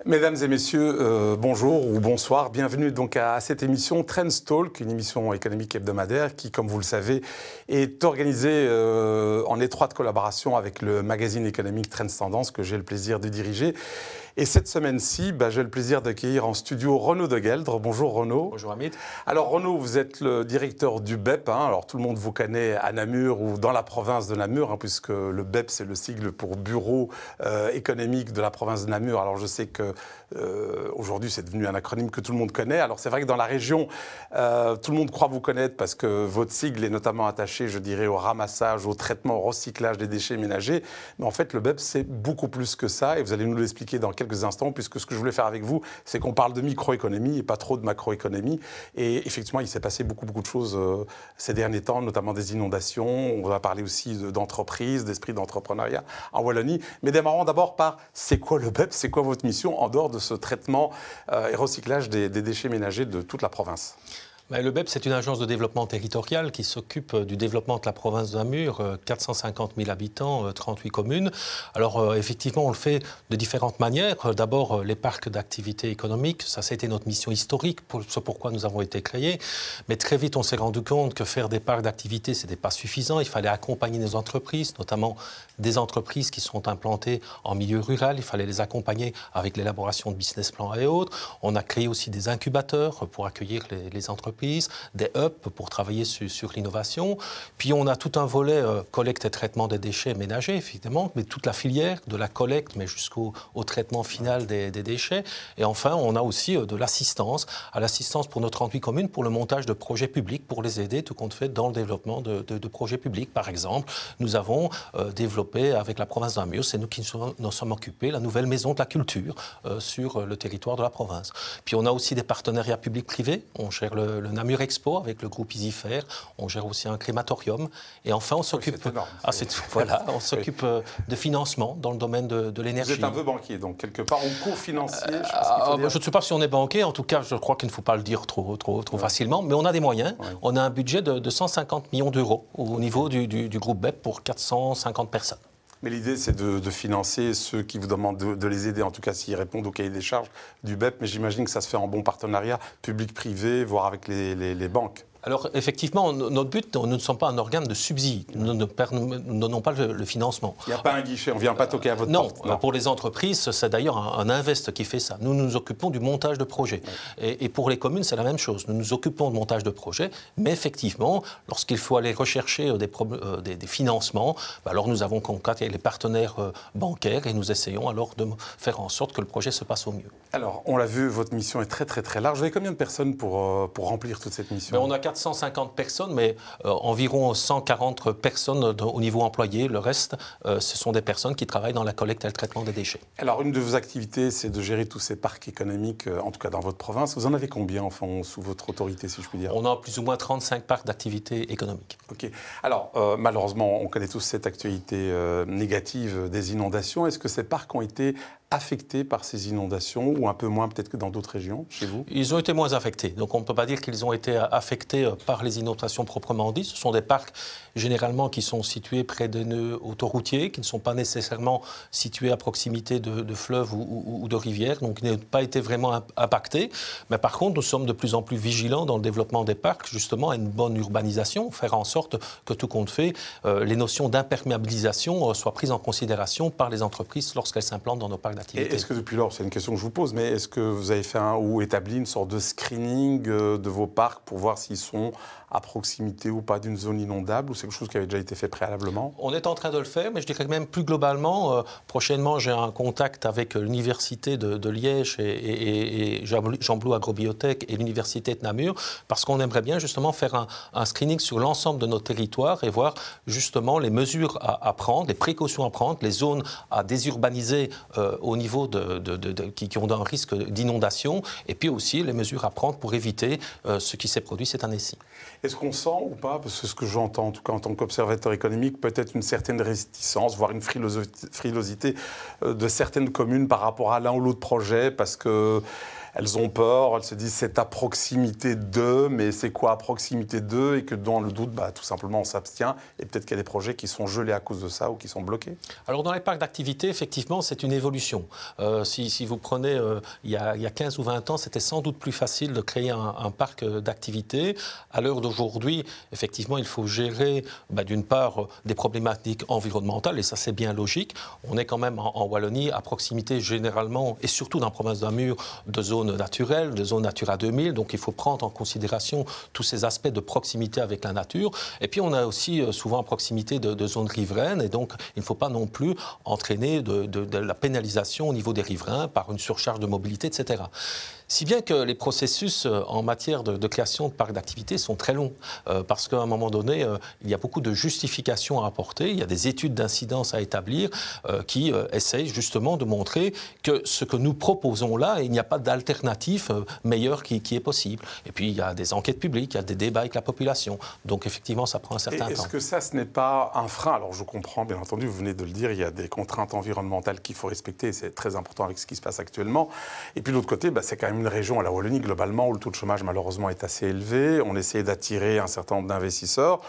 Mesdames et messieurs, bonjour ou bonsoir. Bienvenue donc à cette émission Trends Talk, une émission économique hebdomadaire qui, comme vous le savez, est organisée en étroite collaboration avec le magazine économique Trends Tendance que j'ai le plaisir de diriger. Et cette semaine-ci, j'ai le plaisir d'accueillir en studio Renaud de Gueldre. Bonjour Renaud. Bonjour Hamid. Alors Renaud, vous êtes le directeur du BEP. Alors tout le monde vous connaît à Namur ou dans la province de Namur, puisque le BEP c'est le sigle pour Bureau économique de la province de Namur. Alors je sais que aujourd'hui c'est devenu un acronyme que tout le monde connaît. Alors c'est vrai que dans la région, tout le monde croit vous connaître parce que votre sigle est notamment attaché, je dirais, au ramassage, au traitement, au recyclage des déchets ménagers. Mais en fait le BEP c'est beaucoup plus que ça et vous allez nous l'expliquer dans quelques instants, puisque ce que je voulais faire avec vous, c'est qu'on parle de microéconomie et pas trop de macroéconomie. Et effectivement, il s'est passé beaucoup de choses ces derniers temps, notamment des inondations. On va parler aussi d'entreprises, d'esprit d'entrepreneuriat en Wallonie. Mais démarrons d'abord par, c'est quoi le BEP? C'est quoi votre mission en dehors de ce traitement et recyclage des déchets ménagers de toute la province? Le BEP, c'est une agence de développement territorial qui s'occupe du développement de la province de Namur, 450 000 habitants, 38 communes. Alors effectivement, on le fait de différentes manières. D'abord, les parcs d'activités économiques, ça a été notre mission historique, ce pourquoi nous avons été créés. Mais très vite, on s'est rendu compte que faire des parcs d'activités, ce n'était pas suffisant. Il fallait accompagner nos entreprises, notamment des entreprises qui sont implantées en milieu rural. Il fallait les accompagner avec l'élaboration de business plans et autres. On a créé aussi des incubateurs pour accueillir les entreprises, des hubs pour travailler sur l'innovation. Puis on a tout un volet collecte et traitement des déchets ménagers, évidemment, mais toute la filière, de la collecte, mais jusqu'au traitement final des déchets. Et enfin, on a aussi de l'assistance, pour nos 38 communes, pour le montage de projets publics, pour les aider, tout compte fait, dans le développement de projets publics. Par exemple, nous avons développé avec la province de Namur, c'est nous qui nous sommes occupés, la nouvelle maison de la culture sur le territoire de la province. Puis on a aussi des partenariats publics-privés. On gère le Namur Expo avec le groupe Easyfair. On gère aussi un crématorium. Et enfin, on s'occupe on s'occupe de financement dans le domaine de l'énergie. Vous êtes un peu banquier, donc quelque part, on co-financier. Je ne sais pas si on est banquier. En tout cas, je crois qu'il ne faut pas le dire trop facilement. Mais on a des moyens. Ouais. On a un budget de 150 millions d'euros au niveau du groupe BEP pour 450 personnes. Mais l'idée, c'est de financer ceux qui vous demandent de les aider, en tout cas s'ils répondent au cahier des charges du BEP. Mais j'imagine que ça se fait en bon partenariat public-privé, voire avec les banques. Alors, effectivement, notre but, nous ne sommes pas un organe de subside. Nous ne donnons pas le financement. Il n'y a pas un guichet, on ne vient pas toquer à votre porte. Non, pour les entreprises, c'est d'ailleurs un Invest qui fait ça. Nous nous occupons du montage de projets. Et pour les communes, c'est la même chose. Nous nous occupons de montage de projets, mais effectivement, lorsqu'il faut aller rechercher des financements, alors nous avons contact avec les partenaires bancaires et nous essayons alors de faire en sorte que le projet se passe au mieux. Alors, on l'a vu, votre mission est très large. Vous avez combien de personnes pour remplir toute cette mission? On a 450 personnes, mais environ 140 personnes au niveau employé. Le reste, ce sont des personnes qui travaillent dans la collecte et le traitement des déchets. Alors, une de vos activités, c'est de gérer tous ces parcs économiques, en tout cas dans votre province. Vous en avez combien, enfin, sous votre autorité, si je puis dire? On a plus ou moins 35 parcs d'activités économiques. OK. Alors, malheureusement, on connaît tous cette actualité négative des inondations. Est-ce que ces parcs ont été affectés par ces inondations ou un peu moins peut-être que dans d'autres régions, chez vous? Ils ont été moins affectés. Donc on ne peut pas dire qu'ils ont été affectés par les inondations proprement dit. Ce sont des parcs généralement qui sont situés près de nœuds autoroutiers, qui ne sont pas nécessairement situés à proximité de fleuves ou de rivières, donc ils n'ont pas été vraiment impactés. Mais par contre, nous sommes de plus en plus vigilants dans le développement des parcs, justement à une bonne urbanisation, faire en sorte que tout compte fait, les notions d'imperméabilisation soient prises en considération par les entreprises lorsqu'elles s'implantent dans nos parcs. Et est-ce que depuis lors, c'est une question que je vous pose, mais est-ce que vous avez fait ou établi une sorte de screening de vos parcs pour voir s'ils sont à proximité ou pas d'une zone inondable, ou c'est quelque chose qui avait déjà été fait préalablement? On est en train de le faire, mais je dirais même plus globalement, prochainement j'ai un contact avec l'université de Liège et Jean-Blou Agrobiotech et l'université de Namur, parce qu'on aimerait bien justement faire un screening sur l'ensemble de notre territoire et voir justement les mesures à prendre, les précautions à prendre, les zones à désurbaniser au niveau qui ont un risque d'inondation, et puis aussi les mesures à prendre pour éviter ce qui s'est produit cette année-ci. Est-ce qu'on sent ou pas, parce que ce que j'entends en tout cas en tant qu'observateur économique, peut-être une certaine réticence, voire une frilosité de certaines communes par rapport à l'un ou l'autre projet, parce que elles ont peur, elles se disent c'est à proximité d'eux, mais c'est quoi à proximité d'eux? Et que dans le doute, tout simplement, on s'abstient. Et peut-être qu'il y a des projets qui sont gelés à cause de ça ou qui sont bloqués. Alors dans les parcs d'activité, effectivement, c'est une évolution. Si vous prenez, il y a 15 ou 20 ans, c'était sans doute plus facile de créer un parc d'activité. À l'heure d'aujourd'hui, effectivement, il faut gérer, d'une part, des problématiques environnementales, et ça c'est bien logique. On est quand même en Wallonie à proximité généralement, et surtout dans la province de Namur, de zones naturelles, de zones Natura 2000, donc il faut prendre en considération tous ces aspects de proximité avec la nature. Et puis on a aussi souvent à proximité de zones riveraines, et donc il ne faut pas non plus entraîner de la pénalisation au niveau des riverains par une surcharge de mobilité, etc. Si bien que les processus en matière de création de parcs d'activité sont très longs, parce qu'à un moment donné, il y a beaucoup de justifications à apporter, il y a des études d'incidence à établir qui essayent justement de montrer que ce que nous proposons là, il n'y a pas d'alternative meilleure qui est possible. Et puis il y a des enquêtes publiques, il y a des débats avec la population, donc effectivement ça prend un certain temps. Est-ce que ça, ce n'est pas un frein? Alors je comprends, bien entendu, vous venez de le dire, il y a des contraintes environnementales qu'il faut respecter, c'est très important avec ce qui se passe actuellement. Et puis de l'autre côté, c'est quand même une région, la Wallonie globalement, où le taux de chômage malheureusement est assez élevé. On essaie d'attirer un certain nombre d'investisseurs.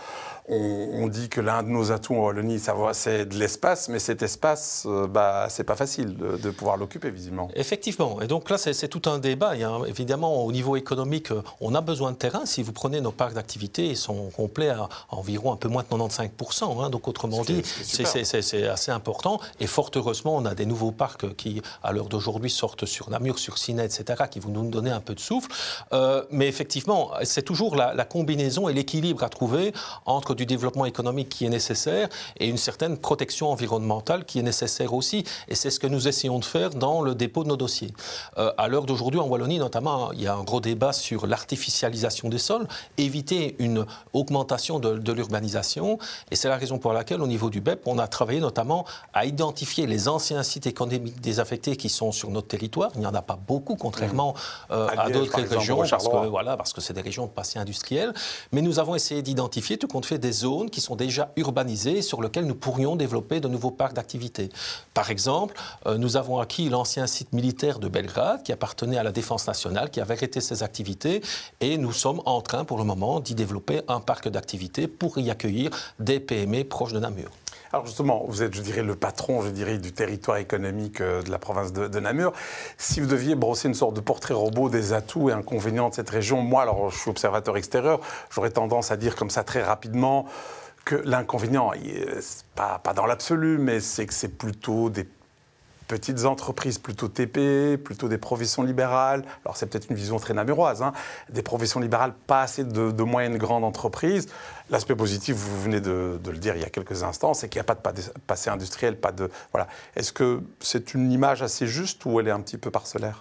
On dit que l'un de nos atouts en Wallonie, c'est de l'espace, mais cet espace, c'est pas facile de pouvoir l'occuper visiblement. Effectivement, et donc là c'est tout un débat. Évidemment, au niveau économique, on a besoin de terrain. Si vous prenez nos parcs d'activité, ils sont complets à environ un peu moins de 95%. Donc autrement dit, c'est assez important. Et fort heureusement, on a des nouveaux parcs qui, à l'heure d'aujourd'hui, sortent sur Namur, sur Ciney, etc., qui vont nous donner un peu de souffle. Mais effectivement, c'est toujours la combinaison et l'équilibre à trouver entre du développement économique qui est nécessaire et une certaine protection environnementale qui est nécessaire aussi. Et c'est ce que nous essayons de faire dans le dépôt de nos dossiers. À l'heure d'aujourd'hui, en Wallonie notamment, il y a un gros débat sur l'artificialisation des sols, éviter une augmentation de l'urbanisation. Et c'est la raison pour laquelle, au niveau du BEP, on a travaillé notamment à identifier les anciens sites économiques désaffectés qui sont sur notre territoire. Il n'y en a pas beaucoup, contrairement à d'autres régions, parce que c'est des régions de passé industriel. Mais nous avons essayé d'identifier, tout compte fait, des zones qui sont déjà urbanisées sur lesquelles nous pourrions développer de nouveaux parcs d'activité. Par exemple, nous avons acquis l'ancien site militaire de Belgrade qui appartenait à la Défense nationale, qui avait arrêté ses activités, et nous sommes en train pour le moment d'y développer un parc d'activités pour y accueillir des PME proches de Namur. Alors justement, vous êtes, je dirais, le patron, du territoire économique de la province de Namur. Si vous deviez brosser une sorte de portrait robot des atouts et inconvénients de cette région, moi, alors je suis observateur extérieur, j'aurais tendance à dire comme ça très rapidement que l'inconvénient, pas dans l'absolu, mais c'est que c'est plutôt des petites entreprises, plutôt TPE, plutôt des professions libérales. Alors c'est peut-être une vision très namuroise, des professions libérales, pas assez de moyennes grandes entreprises. L'aspect positif, vous venez de le dire il y a quelques instants, c'est qu'il n'y a pas de passé industriel, voilà. Est-ce que c'est une image assez juste ou elle est un petit petit peu parcellaire?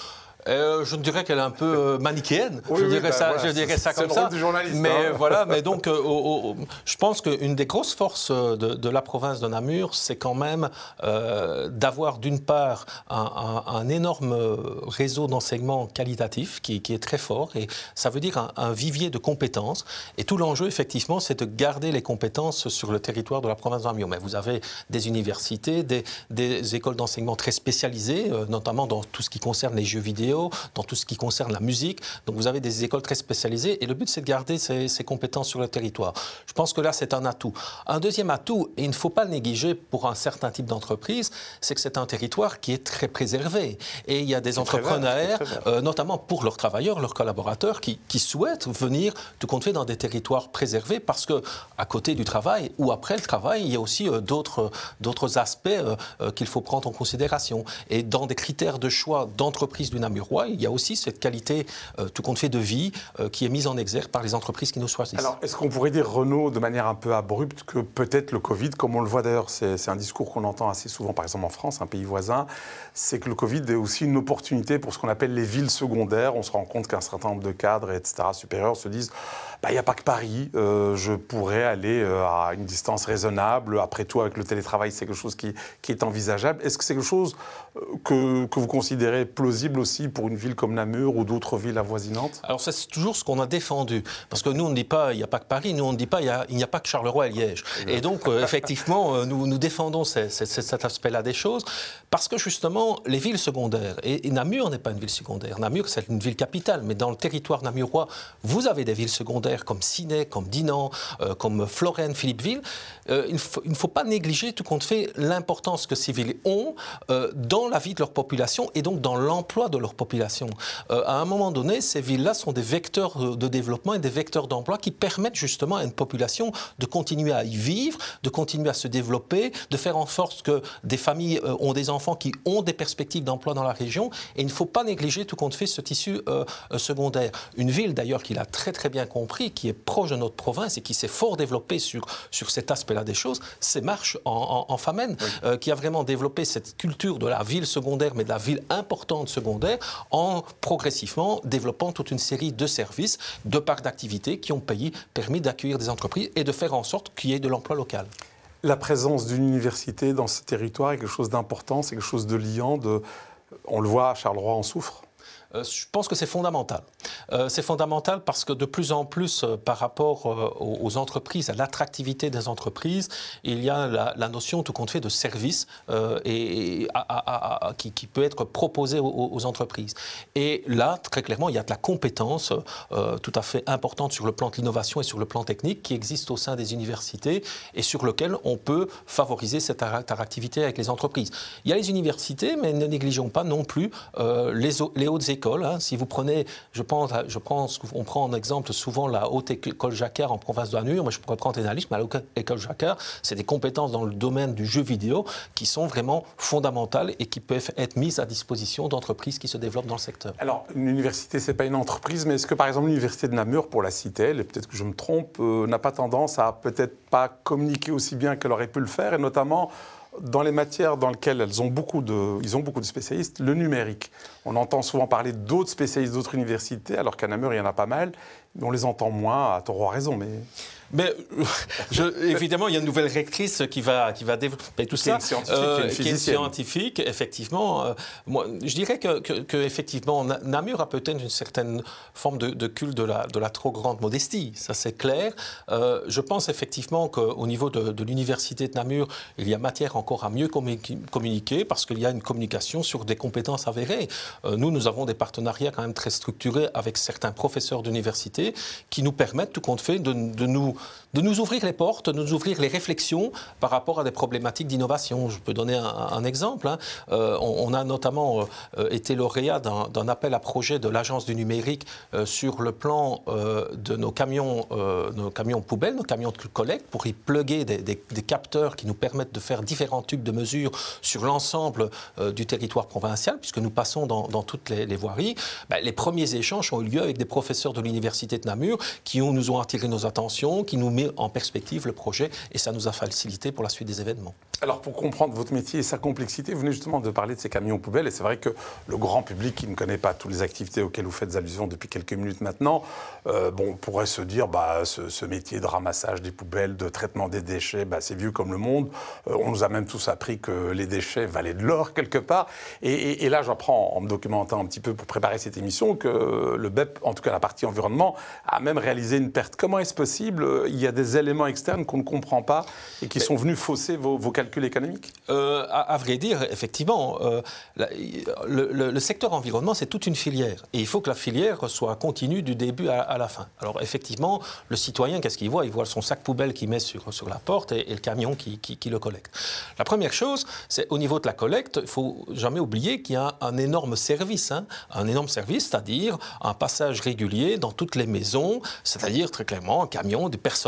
Je dirais qu'elle est un peu manichéenne. Je dirais ça comme ça. Du journaliste, mais voilà, mais donc, je pense qu'une des grosses forces de la province de Namur, c'est quand même d'avoir d'une part un énorme réseau d'enseignement qualitatif qui est très fort, et ça veut dire un vivier de compétences. Et tout l'enjeu, effectivement, c'est de garder les compétences sur le territoire de la province de Namur. Mais vous avez des universités, des écoles d'enseignement très spécialisées, notamment dans tout ce qui concerne les jeux vidéo, dans tout ce qui concerne la musique. Donc vous avez des écoles très spécialisées et le but c'est de garder ces compétences sur le territoire. Je pense que là c'est un atout. Un deuxième atout, et il ne faut pas le négliger pour un certain type d'entreprise, c'est que c'est un territoire qui est très préservé. Et il y a des entrepreneurs, notamment pour leurs travailleurs, leurs collaborateurs, qui souhaitent venir tout compte fait dans des territoires préservés parce que à côté du travail ou après le travail, il y a aussi d'autres aspects qu'il faut prendre en considération. Et dans des critères de choix d'entreprise du Namur, il y a aussi cette qualité, tout compte fait, de vie qui est mise en exergue par les entreprises qui nous choisissent. Alors, est-ce qu'on pourrait dire, Renaud, de manière un peu abrupte, que peut-être le Covid, comme on le voit d'ailleurs, c'est un discours qu'on entend assez souvent, par exemple en France, un pays voisin, c'est que le Covid est aussi une opportunité pour ce qu'on appelle les villes secondaires. On se rend compte qu'un certain nombre de cadres, etc., supérieurs, se disent il n'y a pas que Paris, je pourrais aller à une distance raisonnable. Après tout, avec le télétravail, c'est quelque chose qui est envisageable. Est-ce que c'est quelque chose que vous considérez plausible aussi pour une ville comme Namur ou d'autres villes avoisinantes? Alors c'est toujours ce qu'on a défendu, parce que nous on ne dit pas il n'y a pas que Paris, nous on ne dit pas il n'y a pas que Charleroi et Liège. Et donc effectivement nous défendons cet aspect-là des choses, parce que justement les villes secondaires, et Namur n'est pas une ville secondaire, Namur c'est une ville capitale, mais dans le territoire namurois, vous avez des villes secondaires comme Ciney, comme Dinan, comme Florène, Philippeville. Il ne faut pas négliger tout compte fait l'importance que ces villes ont dans la vie de leur population et donc dans l'emploi de leur population. À un moment donné, ces villes-là sont des vecteurs de développement et des vecteurs d'emploi qui permettent justement à une population de continuer à y vivre, de continuer à se développer, de faire en sorte que des familles ont des enfants qui ont des perspectives d'emploi dans la région. Et il ne faut pas négliger tout compte fait ce tissu secondaire. Une ville d'ailleurs qui l'a très très bien compris, qui est proche de notre province et qui s'est fort développée sur cet aspect-là des choses, c'est Marche en Famenne, oui. Qui a vraiment développé cette culture de la ville secondaire, mais de la ville importante secondaire, en progressivement développant toute une série de services, de parcs d'activités qui ont permis d'accueillir des entreprises et de faire en sorte qu'il y ait de l'emploi local. La présence d'une université dans ce territoire est quelque chose d'important, c'est quelque chose de liant. On le voit, Charleroi en souffre. Je pense que c'est fondamental. C'est fondamental parce que de plus en plus, par rapport aux entreprises, à l'attractivité des entreprises, il y a la notion, tout compte fait, de service qui peut être proposé aux entreprises. Et là, très clairement, il y a de la compétence tout à fait importante sur le plan de l'innovation et sur le plan technique qui existe au sein des universités et sur lequel on peut favoriser cette attractivité avec les entreprises. Il y a les universités, mais ne négligeons pas non plus les hautes écoles. Si vous prenez, je pense qu'on prend en exemple souvent la Haute École Jacquard en province de Namur, moi je pourrais prendre Tenalish, mais la Haute École Jacquard, c'est des compétences dans le domaine du jeu vidéo qui sont vraiment fondamentales et qui peuvent être mises à disposition d'entreprises qui se développent dans le secteur. Alors, une université, ce n'est pas une entreprise, mais est-ce que par exemple l'université de Namur, pour la citer, et peut-être que je me trompe, n'a pas tendance à peut-être pas communiquer aussi bien qu'elle aurait pu le faire, et notamment dans les matières dans lesquelles ils ont beaucoup de spécialistes, le numérique. On entend souvent parler d'autres spécialistes d'autres universités, alors qu'à Namur, il y en a pas mal. On les entend moins, à tort ou à raison, mais... Mais évidemment, il y a une nouvelle rectrice qui va développer tout ça, qui est une scientifique, effectivement. Moi, je dirais que effectivement, Namur a peut-être une certaine forme de culte de la trop grande modestie, ça c'est clair. Je pense effectivement qu'au niveau de l'université de Namur, il y a matière encore à mieux communiquer parce qu'il y a une communication sur des compétences avérées. Nous avons des partenariats quand même très structurés avec certains professeurs d'université qui nous permettent, tout compte fait, de nous ouvrir les portes, de nous ouvrir les réflexions par rapport à des problématiques d'innovation. Je peux donner un exemple. On a notamment été lauréat d'un appel à projet de l'Agence du numérique sur le plan de nos camions poubelles, nos camions de collecte, pour y plugger des capteurs qui nous permettent de faire différents tubes de mesure sur l'ensemble du territoire provincial, puisque nous passons dans toutes les voiries. Les premiers échanges ont eu lieu avec des professeurs de l'Université de Namur qui nous ont attiré nos attentions, qui nous met en perspective le projet et ça nous a facilité pour la suite des événements. Alors pour comprendre votre métier et sa complexité, vous venez justement de parler de ces camions poubelles et c'est vrai que le grand public qui ne connaît pas toutes les activités auxquelles vous faites allusion depuis quelques minutes maintenant, pourrait se dire ce métier de ramassage des poubelles, de traitement des déchets, c'est vieux comme le monde. On nous a même tous appris que les déchets valaient de l'or quelque part. Et là j'apprends en me documentant un petit peu pour préparer cette émission que le BEP, en tout cas la partie environnement, a même réalisé une perte. Comment est-ce possible? Il y a des éléments externes qu'on ne comprend pas et qui sont venus fausser vos calculs économiques? À vrai dire, effectivement, le secteur environnement, c'est toute une filière. Et il faut que la filière soit continue du début à la fin. Alors effectivement, le citoyen, qu'est-ce qu'il voit? Il voit son sac poubelle qu'il met sur la porte et le camion qui le collecte. La première chose, c'est au niveau de la collecte, il ne faut jamais oublier qu'il y a un énorme service. Un énorme service, c'est-à-dire un passage régulier dans toutes les maisons, c'est-à-dire très clairement un camion, du personnel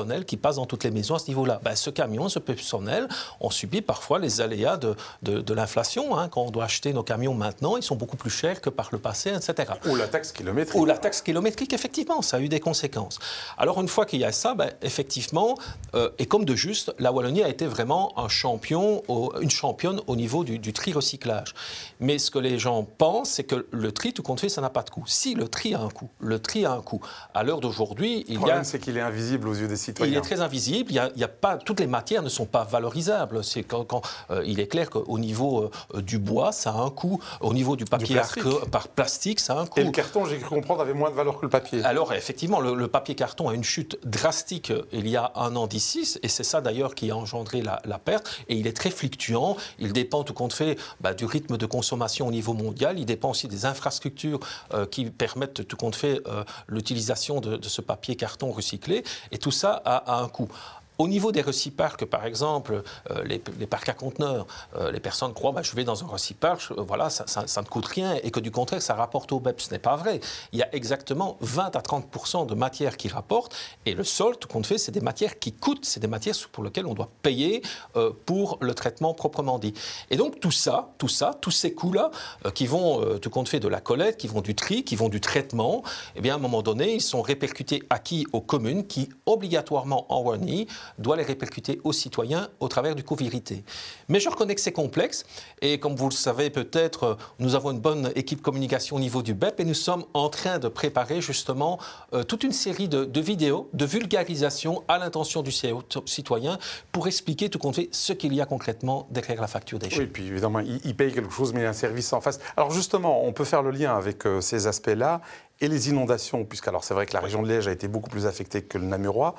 personnel qui passe dans toutes les maisons à ce niveau-là. Ce camion, ce personnel, on subit parfois les aléas de l'inflation. Quand on doit acheter nos camions maintenant, ils sont beaucoup plus chers que par le passé, etc. Ou la taxe kilométrique. Ou la taxe kilométrique, effectivement, ça a eu des conséquences. Alors, une fois qu'il y a ça, effectivement, et comme de juste, la Wallonie a été vraiment une championne au niveau du tri-recyclage. Mais ce que les gens pensent, c'est que le tri, tout compte fait, ça n'a pas de coût. Si, le tri a un coût. Le tri a un coût. À l'heure d'aujourd'hui, le problème, c'est qu'il est invisible aux yeux des citoyens. Il est très invisible. Toutes les matières ne sont pas valorisables. C'est il est clair qu'au niveau du bois, ça a un coût. Au niveau du papier par plastique, ça a un coût. Et le carton, j'ai cru comprendre, avait moins de valeur que le papier. Alors, effectivement, le papier carton a une chute drastique il y a un an d'ici, et c'est ça d'ailleurs qui a engendré la perte. Et il est très fluctuant. Il dépend, tout compte fait, du rythme de consommation au niveau mondial. Il dépend aussi des infrastructures qui permettent, tout compte fait, l'utilisation de ce papier carton recyclé. Et tout ça a un coût. Au niveau des reciparcs, par exemple, les parcs à conteneurs, les personnes croient je vais dans un reciparc, voilà, ça ne coûte rien et que du contraire, ça rapporte au BEP. Ce n'est pas vrai. Il y a exactement 20 à 30% de matières qui rapportent et le sol, tout compte fait, c'est des matières qui coûtent, c'est des matières pour lesquelles on doit payer pour le traitement proprement dit. Et donc tous ces coûts-là qui vont, tout compte fait, de la collecte, qui vont du tri, qui vont du traitement, eh bien, à un moment donné, ils sont répercutés à qui? Aux communes qui, obligatoirement en Wallonie, doit les répercuter aux citoyens au travers du coût-vérité. Mais je reconnais que c'est complexe et comme vous le savez peut-être, nous avons une bonne équipe communication au niveau du BEP et nous sommes en train de préparer justement toute une série de vidéos, de vulgarisation à l'intention du citoyen pour expliquer tout compte fait ce qu'il y a concrètement derrière la facture des déchets. Oui, puis évidemment, il paye quelque chose mais il y a un service en face. Alors justement, on peut faire le lien avec ces aspects-là. Et les inondations, puisqu'alors c'est vrai que la région de Liège a été beaucoup plus affectée que le Namurois,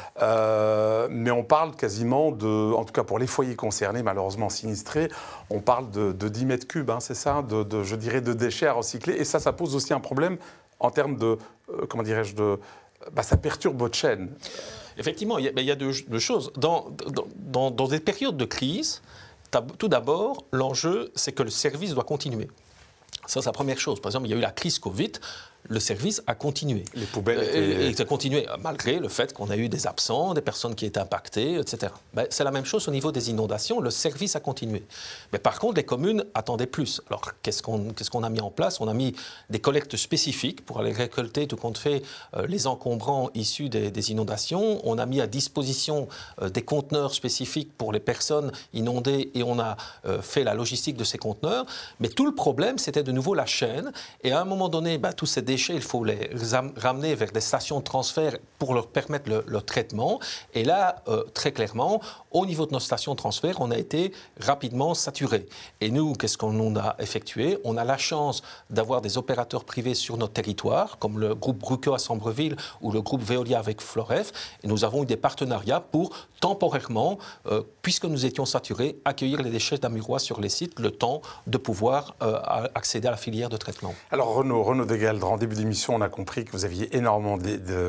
mais on parle quasiment de, en tout cas pour les foyers concernés, malheureusement sinistrés, on parle de 10 mètres cubes, c'est ça, je dirais de déchets à recycler. Et ça pose aussi un problème en termes de, comment dirais-je, ça perturbe votre chaîne. Effectivement, il y a deux choses. Dans des périodes de crise, tout d'abord, l'enjeu, c'est que le service doit continuer. Ça, c'est la première chose. Par exemple, il y a eu la crise Covid. Le service a continué. Les poubelles étaient... a continué malgré le fait qu'on a eu des absents, des personnes qui étaient impactées, etc. C'est la même chose au niveau des inondations. Le service a continué. Mais par contre, les communes attendaient plus. Alors, qu'est-ce qu'on a mis en place? On a mis des collectes spécifiques pour aller récolter, tout compte fait, les encombrants issus des inondations. On a mis à disposition des conteneurs spécifiques pour les personnes inondées et on a fait la logistique de ces conteneurs. Mais tout le problème, c'était de nouveau la chaîne. Et à un moment donné, tous ces déchets, il faut les ramener vers des stations de transfert pour leur permettre le traitement. Et là, très clairement, au niveau de nos stations de transfert, on a été rapidement saturés. Et nous, qu'est-ce qu'on a effectué? On a la chance d'avoir des opérateurs privés sur notre territoire, comme le groupe Bruco à Sambreville ou le groupe Veolia avec Floref. Et nous avons eu des partenariats pour temporairement, puisque nous étions saturés, accueillir les déchets namurois sur les sites, le temps de pouvoir accéder à la filière de traitement. Alors Renaud Degalde, en début d'émission, on a compris que vous aviez énormément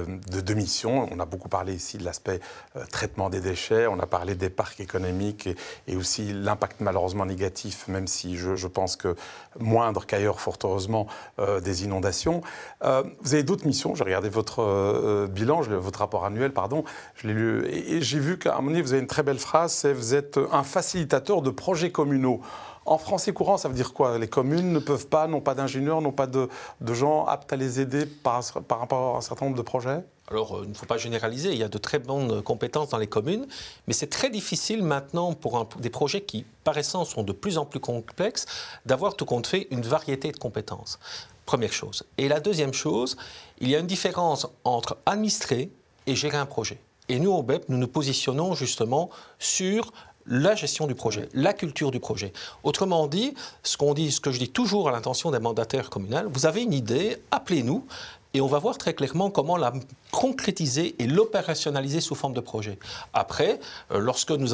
de missions. On a beaucoup parlé ici de l'aspect traitement des déchets, on a parlé des parcs économiques et aussi l'impact malheureusement négatif, même si je pense que moindre qu'ailleurs, fort heureusement, des inondations. Vous avez d'autres missions, j'ai regardé votre bilan, votre rapport annuel, pardon, je l'ai lu, et j'ai vu qu'à un moment donné, vous avez une très belle phrase, c'est vous êtes un facilitateur de projets communaux. En français courant, ça veut dire quoi? Les communes ne peuvent pas, n'ont pas d'ingénieurs, n'ont pas de gens aptes à les aider par rapport à un certain nombre de projets? Alors, il ne faut pas généraliser, il y a de très bonnes compétences dans les communes, mais c'est très difficile maintenant pour des projets qui, par essence, sont de plus en plus complexes, d'avoir tout compte fait une variété de compétences. Première chose. Et la deuxième chose, il y a une différence entre administrer et gérer un projet. Et nous, au BEP, nous nous positionnons justement sur la gestion du projet, la culture du projet. Autrement dit, ce que je dis toujours à l'intention des mandataires communaux, vous avez une idée, appelez-nous et on va voir très clairement comment la concrétiser et l'opérationnaliser sous forme de projet. Après, lorsque nous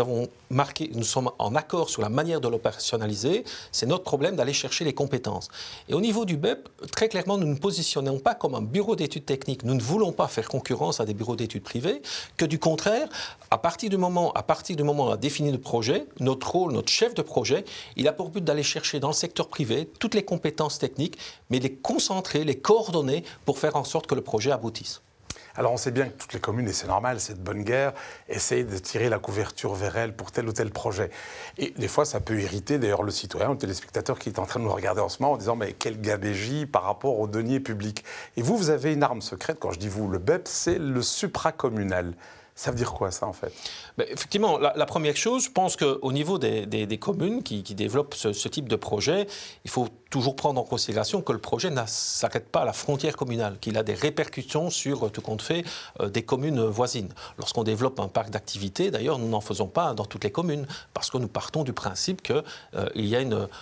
sommes en accord sur la manière de l'opérationnaliser, c'est notre problème d'aller chercher les compétences. Et au niveau du BEP, très clairement, nous ne nous positionnons pas comme un bureau d'études techniques. Nous ne voulons pas faire concurrence à des bureaux d'études privés, que du contraire, à partir du moment où on a défini le projet, notre rôle, notre chef de projet, il a pour but d'aller chercher dans le secteur privé toutes les compétences techniques, mais les concentrer, les coordonner pour faire en sorte que le projet aboutisse. Alors on sait bien que toutes les communes, et c'est normal, c'est de bonne guerre, essayent de tirer la couverture vers elles pour tel ou tel projet. Et des fois, ça peut irriter d'ailleurs le citoyen, le téléspectateur qui est en train de nous regarder en ce moment en disant mais quelle gabégie par rapport aux deniers publics. Et vous avez une arme secrète, quand je dis vous, le BEP, c'est le supracommunal. Ça veut dire quoi, ça, en fait? Effectivement, la première chose, je pense qu'au niveau des communes qui développent ce type de projet, il faut toujours prendre en considération que le projet ne s'arrête pas à la frontière communale, qu'il a des répercussions sur, tout compte fait, des communes voisines. Lorsqu'on développe un parc d'activités, d'ailleurs, nous n'en faisons pas dans toutes les communes, parce que nous partons du principe qu'il y a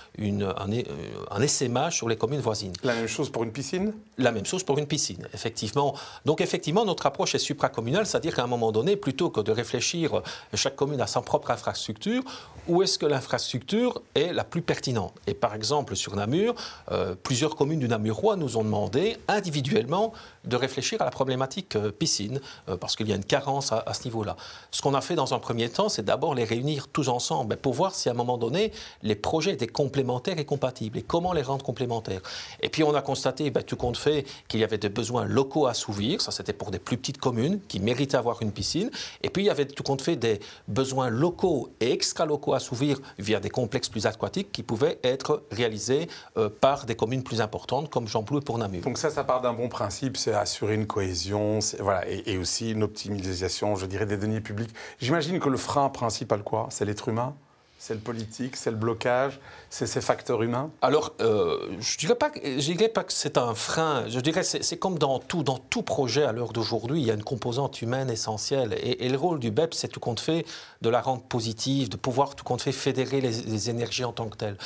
un essaimage sur les communes voisines. La même chose pour une piscine? La même chose pour une piscine, effectivement. Donc, effectivement, notre approche est supracommunale, c'est-à-dire qu'à un moment donné, plutôt que de réfléchir chaque commune à sa propre infrastructure, où est-ce que l'infrastructure est la plus pertinente? Et par exemple, sur Namur, plusieurs communes du Namurois nous ont demandé individuellement de réfléchir à la problématique piscine, parce qu'il y a une carence à ce niveau-là. Ce qu'on a fait dans un premier temps, c'est d'abord les réunir tous ensemble pour voir si à un moment donné, les projets étaient complémentaires et compatibles, et comment les rendre complémentaires. Et puis on a constaté, tout compte fait, qu'il y avait des besoins locaux à assouvir, ça c'était pour des plus petites communes qui méritaient avoir une piscine, et puis il y avait tout compte fait des besoins locaux et extra-locaux à assouvir via des complexes plus aquatiques qui pouvaient être réalisés par des communes plus importantes comme Gembloux et pour Namur. Donc ça part d'un bon principe, c'est assurer une cohésion, voilà, et aussi une optimisation, je dirais, des deniers publics. J'imagine que le frein principal, quoi, c'est l'être humain? C'est le politique, c'est le blocage, c'est ces facteurs humains? Alors, je dirais pas que c'est un frein. Je dirais que c'est comme dans tout projet à l'heure d'aujourd'hui, il y a une composante humaine essentielle. Et le rôle du BEP, c'est tout compte fait de la rendre positive, de pouvoir tout compte fait fédérer les énergies en tant que telles.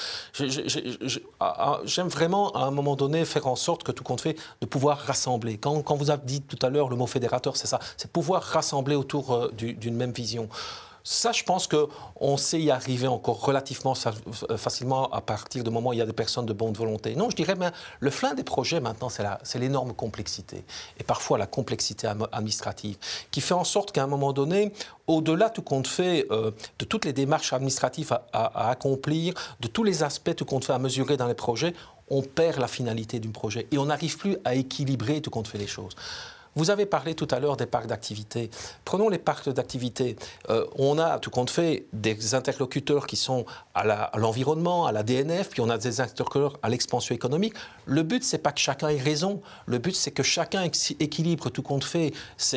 J'aime vraiment, à un moment donné, faire en sorte que tout compte fait de pouvoir rassembler. Quand vous avez dit tout à l'heure le mot fédérateur, c'est ça, c'est pouvoir rassembler autour d'une même vision. Ça, je pense qu'on sait y arriver encore relativement facilement à partir du moment où il y a des personnes de bonne volonté. Non, je dirais, le frein des projets maintenant, c'est l'énorme complexité. Et parfois la complexité administrative, qui fait en sorte qu'à un moment donné, au-delà, tout compte fait, de toutes les démarches administratives à accomplir, de tous les aspects, tout compte fait, à mesurer dans les projets, on perd la finalité du projet. Et on n'arrive plus à équilibrer, tout compte fait, les choses. Vous avez parlé tout à l'heure des parcs d'activités. Prenons les parcs d'activités. On a, tout compte fait, des interlocuteurs qui sont à l'environnement, à la DNF, puis on a des interlocuteurs à l'expansion économique. Le but, c'est pas que chacun ait raison. Le but, c'est que chacun équilibre, tout compte fait,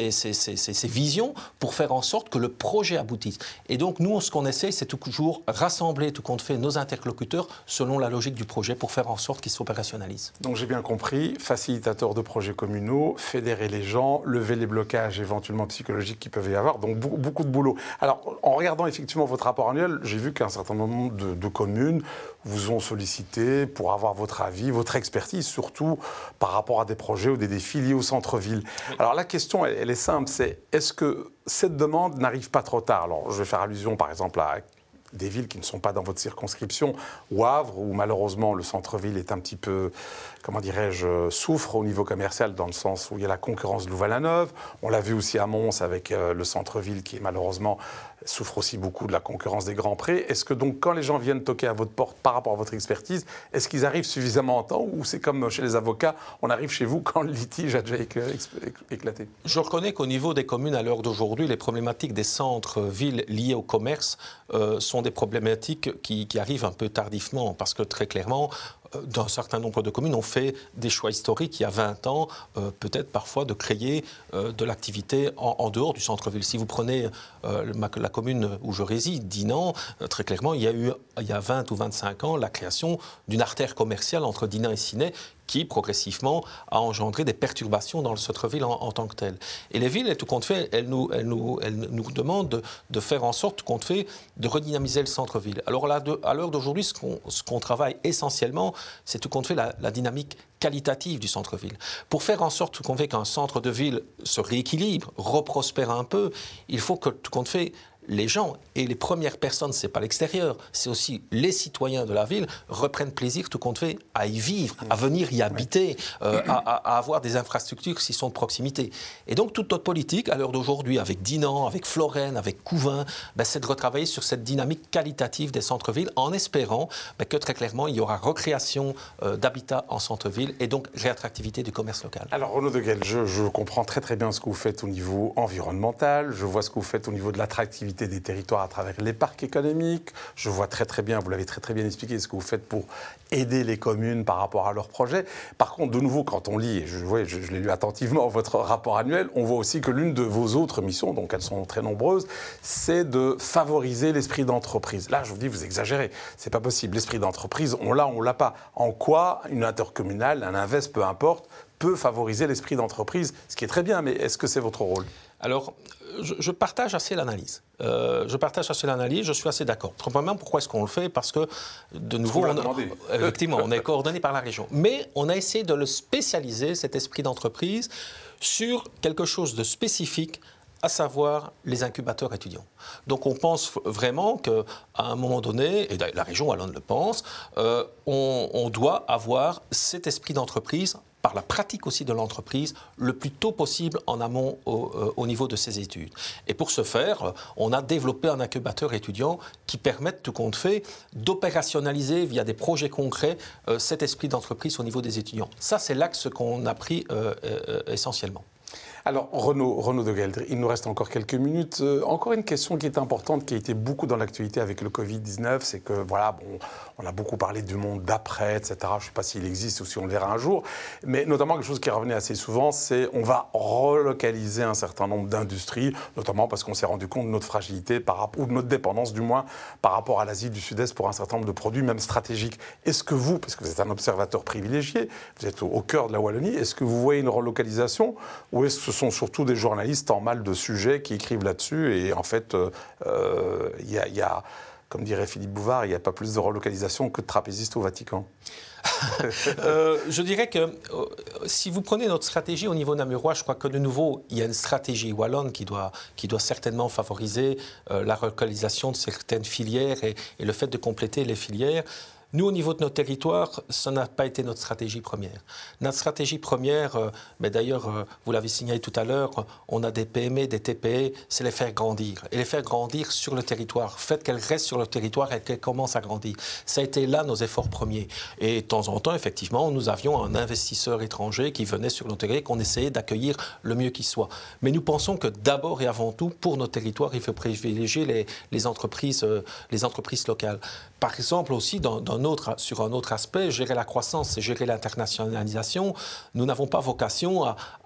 ses visions pour faire en sorte que le projet aboutisse. Et donc, nous, ce qu'on essaie, c'est toujours rassembler, tout compte fait, nos interlocuteurs selon la logique du projet pour faire en sorte qu'ils s'opérationnalisent. Donc, j'ai bien compris, facilitateur de projets communaux, fédérer les gens, lever les blocages éventuellement psychologiques qui peuvent y avoir, donc beaucoup de boulot. Alors, en regardant effectivement votre rapport annuel, j'ai vu qu'un certain nombre de communes vous ont sollicité pour avoir votre avis, votre expertise, surtout par rapport à des projets ou des défis liés au centre-ville. Oui. Alors la question, elle est simple, c'est est-ce que cette demande n'arrive pas trop tard? Alors, je vais faire allusion par exemple à des villes qui ne sont pas dans votre circonscription, ou Havre, où malheureusement le centre-ville est un petit peu, comment dirais-je, souffre au niveau commercial, dans le sens où il y a la concurrence de Louvain-la-Neuve. On l'a vu aussi à Mons avec le centre-ville qui malheureusement souffre aussi beaucoup de la concurrence des grands prés. Est-ce que donc quand les gens viennent toquer à votre porte par rapport à votre expertise, est-ce qu'ils arrivent suffisamment en temps, ou c'est comme chez les avocats, on arrive chez vous quand le litige a déjà éclaté? Je reconnais qu'au niveau des communes à l'heure d'aujourd'hui, les problématiques des centres-villes liées au commerce sont des problématiques qui arrivent un peu tardivement, parce que très clairement, d'un certain nombre de communes ont fait des choix historiques il y a 20 ans, peut-être parfois de créer de l'activité en dehors du centre-ville. Si vous prenez la commune où je réside, Dinan, très clairement, il y a 20 ou 25 ans, la création d'une artère commerciale entre Dinan et Ciney, qui, progressivement, a engendré des perturbations dans le centre-ville en tant que tel. Et les villes, tout compte fait, elles nous demandent de faire en sorte, tout compte fait, de redynamiser le centre-ville. Alors là, à l'heure d'aujourd'hui, ce qu'on travaille essentiellement, c'est tout compte fait la dynamique qualitative du centre-ville. Pour faire en sorte, tout compte fait, qu'un centre de ville se rééquilibre, reprospère un peu, il faut que, tout compte fait, les gens et les premières personnes, c'est pas l'extérieur, c'est aussi les citoyens de la ville, reprennent plaisir, tout compte fait, à y vivre, à venir y habiter, à avoir des infrastructures qui sont de proximité. Et donc, toute notre politique, à l'heure d'aujourd'hui, avec Dinan, avec Florène, avec Couvain, c'est de retravailler sur cette dynamique qualitative des centres-villes en espérant que très clairement, il y aura recréation d'habitat en centre-ville et donc réattractivité du commerce local. Alors, Renaud Deguel, je comprends très très bien ce que vous faites au niveau environnemental, je vois ce que vous faites au niveau de l'attractivité des territoires à travers les parcs économiques, je vois très très bien, vous l'avez très très bien expliqué, ce que vous faites pour aider les communes par rapport à leurs projets. Par contre, de nouveau, quand on lit, et je l'ai lu attentivement, votre rapport annuel, on voit aussi que l'une de vos autres missions, donc elles sont très nombreuses, c'est de favoriser l'esprit d'entreprise. Là, je vous dis, vous exagérez, c'est pas possible. L'esprit d'entreprise, on l'a pas. En quoi une intercommunale, un invest, peu importe, peut favoriser l'esprit d'entreprise, ce qui est très bien, mais est-ce que c'est votre rôle ? Alors, je partage assez l'analyse. Je suis assez d'accord. Premièrement, pourquoi est-ce qu'on le fait? Parce que, de nouveau, effectivement, on est coordonné par la région. Mais on a essayé de le spécialiser, cet esprit d'entreprise, sur quelque chose de spécifique, à savoir les incubateurs étudiants. Donc on pense vraiment qu'à un moment donné, et la région wallonne le pense, on doit avoir cet esprit d'entreprise par la pratique aussi de l'entreprise, le plus tôt possible en amont au niveau de ses études. Et pour ce faire, on a développé un incubateur étudiant qui permet, tout compte fait, d'opérationnaliser via des projets concrets cet esprit d'entreprise au niveau des étudiants. Ça, c'est l'axe qu'on a pris essentiellement. Alors, Renaud Deguel, il nous reste encore quelques minutes. Encore une question qui est importante, qui a été beaucoup dans l'actualité avec le Covid-19, c'est que, voilà, bon, on a beaucoup parlé du monde d'après, etc. Je ne sais pas s'il existe ou si on le verra un jour, mais notamment quelque chose qui revenait assez souvent, c'est on va relocaliser un certain nombre d'industries, notamment parce qu'on s'est rendu compte de notre fragilité, ou de notre dépendance du moins, par rapport à l'Asie du Sud-Est pour un certain nombre de produits, même stratégiques. Est-ce que vous, parce que vous êtes un observateur privilégié, vous êtes au cœur de la Wallonie, est-ce que vous voyez une relocalisation ou est-ce que ce sont surtout des journalistes en mal de sujets qui écrivent là-dessus et en fait, il y a, comme dirait Philippe Bouvard, il n'y a pas plus de relocalisation que de trapézistes au Vatican. Je dirais que si vous prenez notre stratégie au niveau namurois, je crois que de nouveau, il y a une stratégie wallonne qui doit certainement favoriser la relocalisation de certaines filières et le fait de compléter les filières. Nous, au niveau de notre territoire, ça n'a pas été notre stratégie première. Notre stratégie première, mais d'ailleurs, vous l'avez signalé tout à l'heure, on a des PME, des TPE, c'est les faire grandir. Et les faire grandir sur le territoire. Faites qu'elles restent sur le territoire et qu'elles commencent à grandir. Ça a été là nos efforts premiers. Et de temps en temps, effectivement, nous avions un investisseur étranger qui venait sur notre territoire et qu'on essayait d'accueillir le mieux qu'il soit. Mais nous pensons que d'abord et avant tout, pour notre territoire, il faut privilégier les entreprises locales. Par exemple, aussi, sur un autre aspect, gérer la croissance et gérer l'internationalisation, nous n'avons pas vocation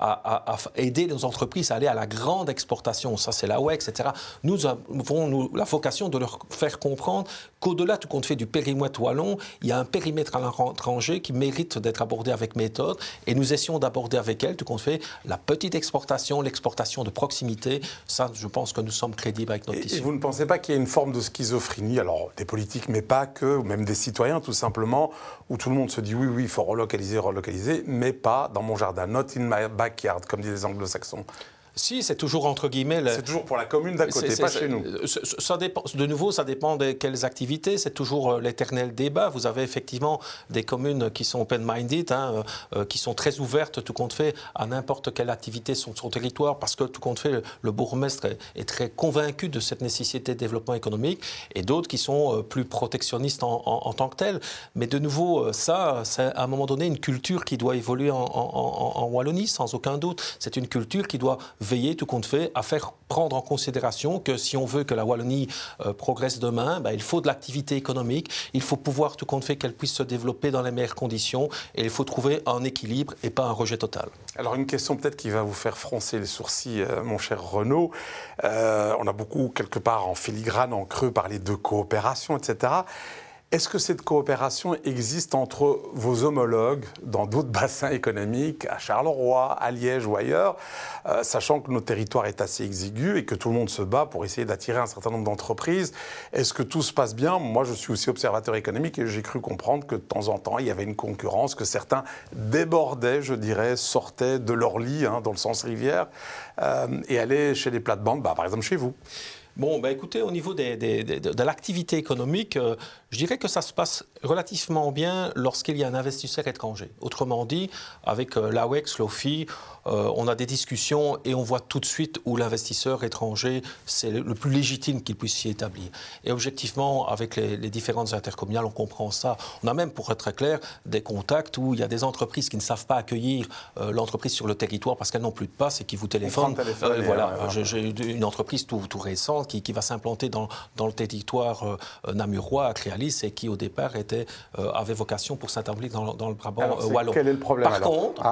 à aider nos entreprises à aller à la grande exportation. Ça, c'est la WEX, etc. Nous avons la vocation de leur faire comprendre qu'au-delà, tout compte fait, du périmètre wallon, il y a un périmètre à l'étranger qui mérite d'être abordé avec méthode. Et nous essayons d'aborder avec elles, tout compte fait, la petite exportation, l'exportation de proximité. Ça, je pense que nous sommes crédibles avec notre tissu. Et vous ne pensez pas qu'il y a une forme de schizophrénie, alors des politiques, mais pas que, ou même des citoyens tout simplement, où tout le monde se dit oui, il faut relocaliser, mais pas dans mon jardin, not in my backyard, comme disent les anglo-saxons. Si, c'est toujours entre guillemets... C'est toujours pour la commune d'à côté, pas chez nous. Ça dépend, de nouveau, ça dépend de quelles activités. C'est toujours l'éternel débat. Vous avez effectivement des communes qui sont open-minded, qui sont très ouvertes, tout compte fait, à n'importe quelle activité sur son territoire, parce que tout compte fait, le bourgmestre est très convaincu de cette nécessité de développement économique, et d'autres qui sont plus protectionnistes en tant que tels. Mais de nouveau, ça, c'est à un moment donné une culture qui doit évoluer en Wallonie, sans aucun doute. C'est une culture qui doit veiller, tout compte fait, à faire prendre en considération que si on veut que la Wallonie progresse demain, il faut de l'activité économique, il faut pouvoir, tout compte fait, qu'elle puisse se développer dans les meilleures conditions et il faut trouver un équilibre et pas un rejet total. Alors une question peut-être qui va vous faire froncer les sourcils, mon cher Renaud. On a beaucoup, quelque part, en filigrane, en creux, parlé de coopération, etc. Est-ce que cette coopération existe entre vos homologues dans d'autres bassins économiques, à Charleroi, à Liège ou ailleurs, sachant que notre territoire est assez exigu et que tout le monde se bat pour essayer d'attirer un certain nombre d'entreprises? Est-ce que tout se passe bien? Moi, je suis aussi observateur économique et j'ai cru comprendre que de temps en temps, il y avait une concurrence, que certains débordaient, je dirais, sortaient de leur lit, dans le sens rivière, et allaient chez les plates-bandes, par exemple chez vous. Bon, bah écoutez, au niveau de l'activité économique, je dirais que ça se passe relativement bien lorsqu'il y a un investisseur étranger. Autrement dit, avec l'AWEX, l'OFI, on a des discussions et on voit tout de suite où l'investisseur étranger, c'est le plus légitime qu'il puisse s'y établir. Et objectivement, avec les différentes intercommunales, on comprend ça. On a même, pour être très clair, des contacts où il y a des entreprises qui ne savent pas accueillir l'entreprise sur le territoire parce qu'elles n'ont plus de passe et qui vous téléphonent. Voilà, j'ai une entreprise tout récente qui va s'implanter dans le territoire namurois, à Créalis, et qui au départ avait vocation pour s'établir dans le Brabant wallon. Quel est le problème Par contre,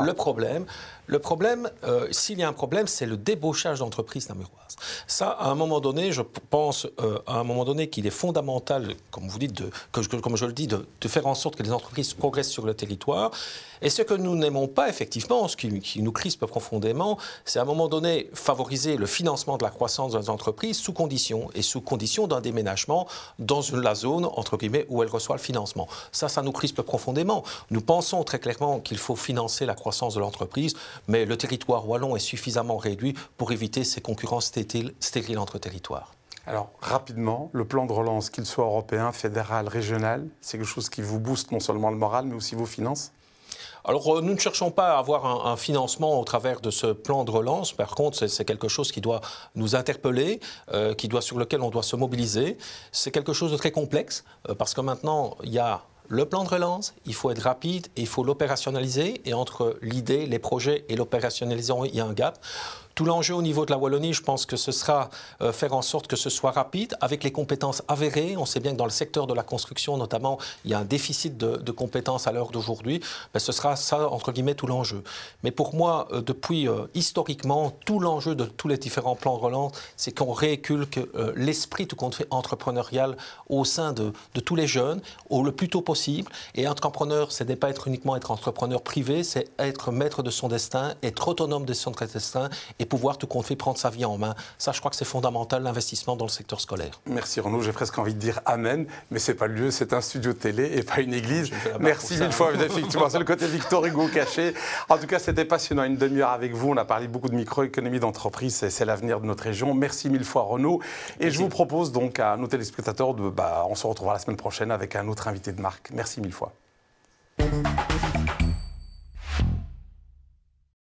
le problème, s'il y a un problème, c'est le débauchage d'entreprises namuroises. Ça, à un moment donné, je pense, qu'il est fondamental, comme vous dites, comme je le dis, de faire en sorte que les entreprises progressent sur le territoire. Et ce que nous n'aimons pas, effectivement, ce qui nous crispe profondément, c'est à un moment donné favoriser le financement de la croissance des entreprises sous condition d'un déménagement dans la zone, entre guillemets, où elles reçoivent le financement. Ça nous crispe profondément. Nous pensons très clairement qu'il faut financer la croissance de l'entreprise, mais le territoire wallon est suffisamment réduit pour éviter ces concurrences stériles entre territoires. Alors, rapidement, le plan de relance, qu'il soit européen, fédéral, régional, c'est quelque chose qui vous booste non seulement le moral, mais aussi vos finances ? Alors, nous ne cherchons pas à avoir un financement au travers de ce plan de relance. Par contre, c'est quelque chose qui doit nous interpeller, sur lequel on doit se mobiliser. C'est quelque chose de très complexe, parce que maintenant, il y a le plan de relance, il faut être rapide et il faut l'opérationnaliser. Et entre l'idée, les projets et l'opérationnalisation, il y a un gap. Tout l'enjeu au niveau de la Wallonie, je pense que ce sera faire en sorte que ce soit rapide, avec les compétences avérées. On sait bien que dans le secteur de la construction, notamment, il y a un déficit de compétences à l'heure d'aujourd'hui. Ce sera ça, entre guillemets, tout l'enjeu. Mais pour moi, depuis historiquement, tout l'enjeu de tous les différents plans de relance, c'est qu'on réécule l'esprit tout compte fait entrepreneurial au sein de tous les jeunes, le plus tôt possible. Et entrepreneur, ce n'est pas uniquement être entrepreneur privé, c'est être maître de son destin, être autonome de son destin et pouvoir tout compte fait prendre sa vie en main. Ça, je crois que c'est fondamental, l'investissement dans le secteur scolaire. Merci Renaud, j'ai presque envie de dire amen, mais c'est pas le lieu, c'est un studio télé et pas une église. Merci mille fois, effectivement, c'est le côté Victor Hugo caché. En tout cas, c'était passionnant, une demi-heure avec vous. On a parlé beaucoup de microéconomie d'entreprise, c'est l'avenir de notre région. Merci mille fois Renaud. Et merci. Je vous propose donc à nos téléspectateurs on se retrouvera la semaine prochaine avec un autre invité de marque. Merci mille fois.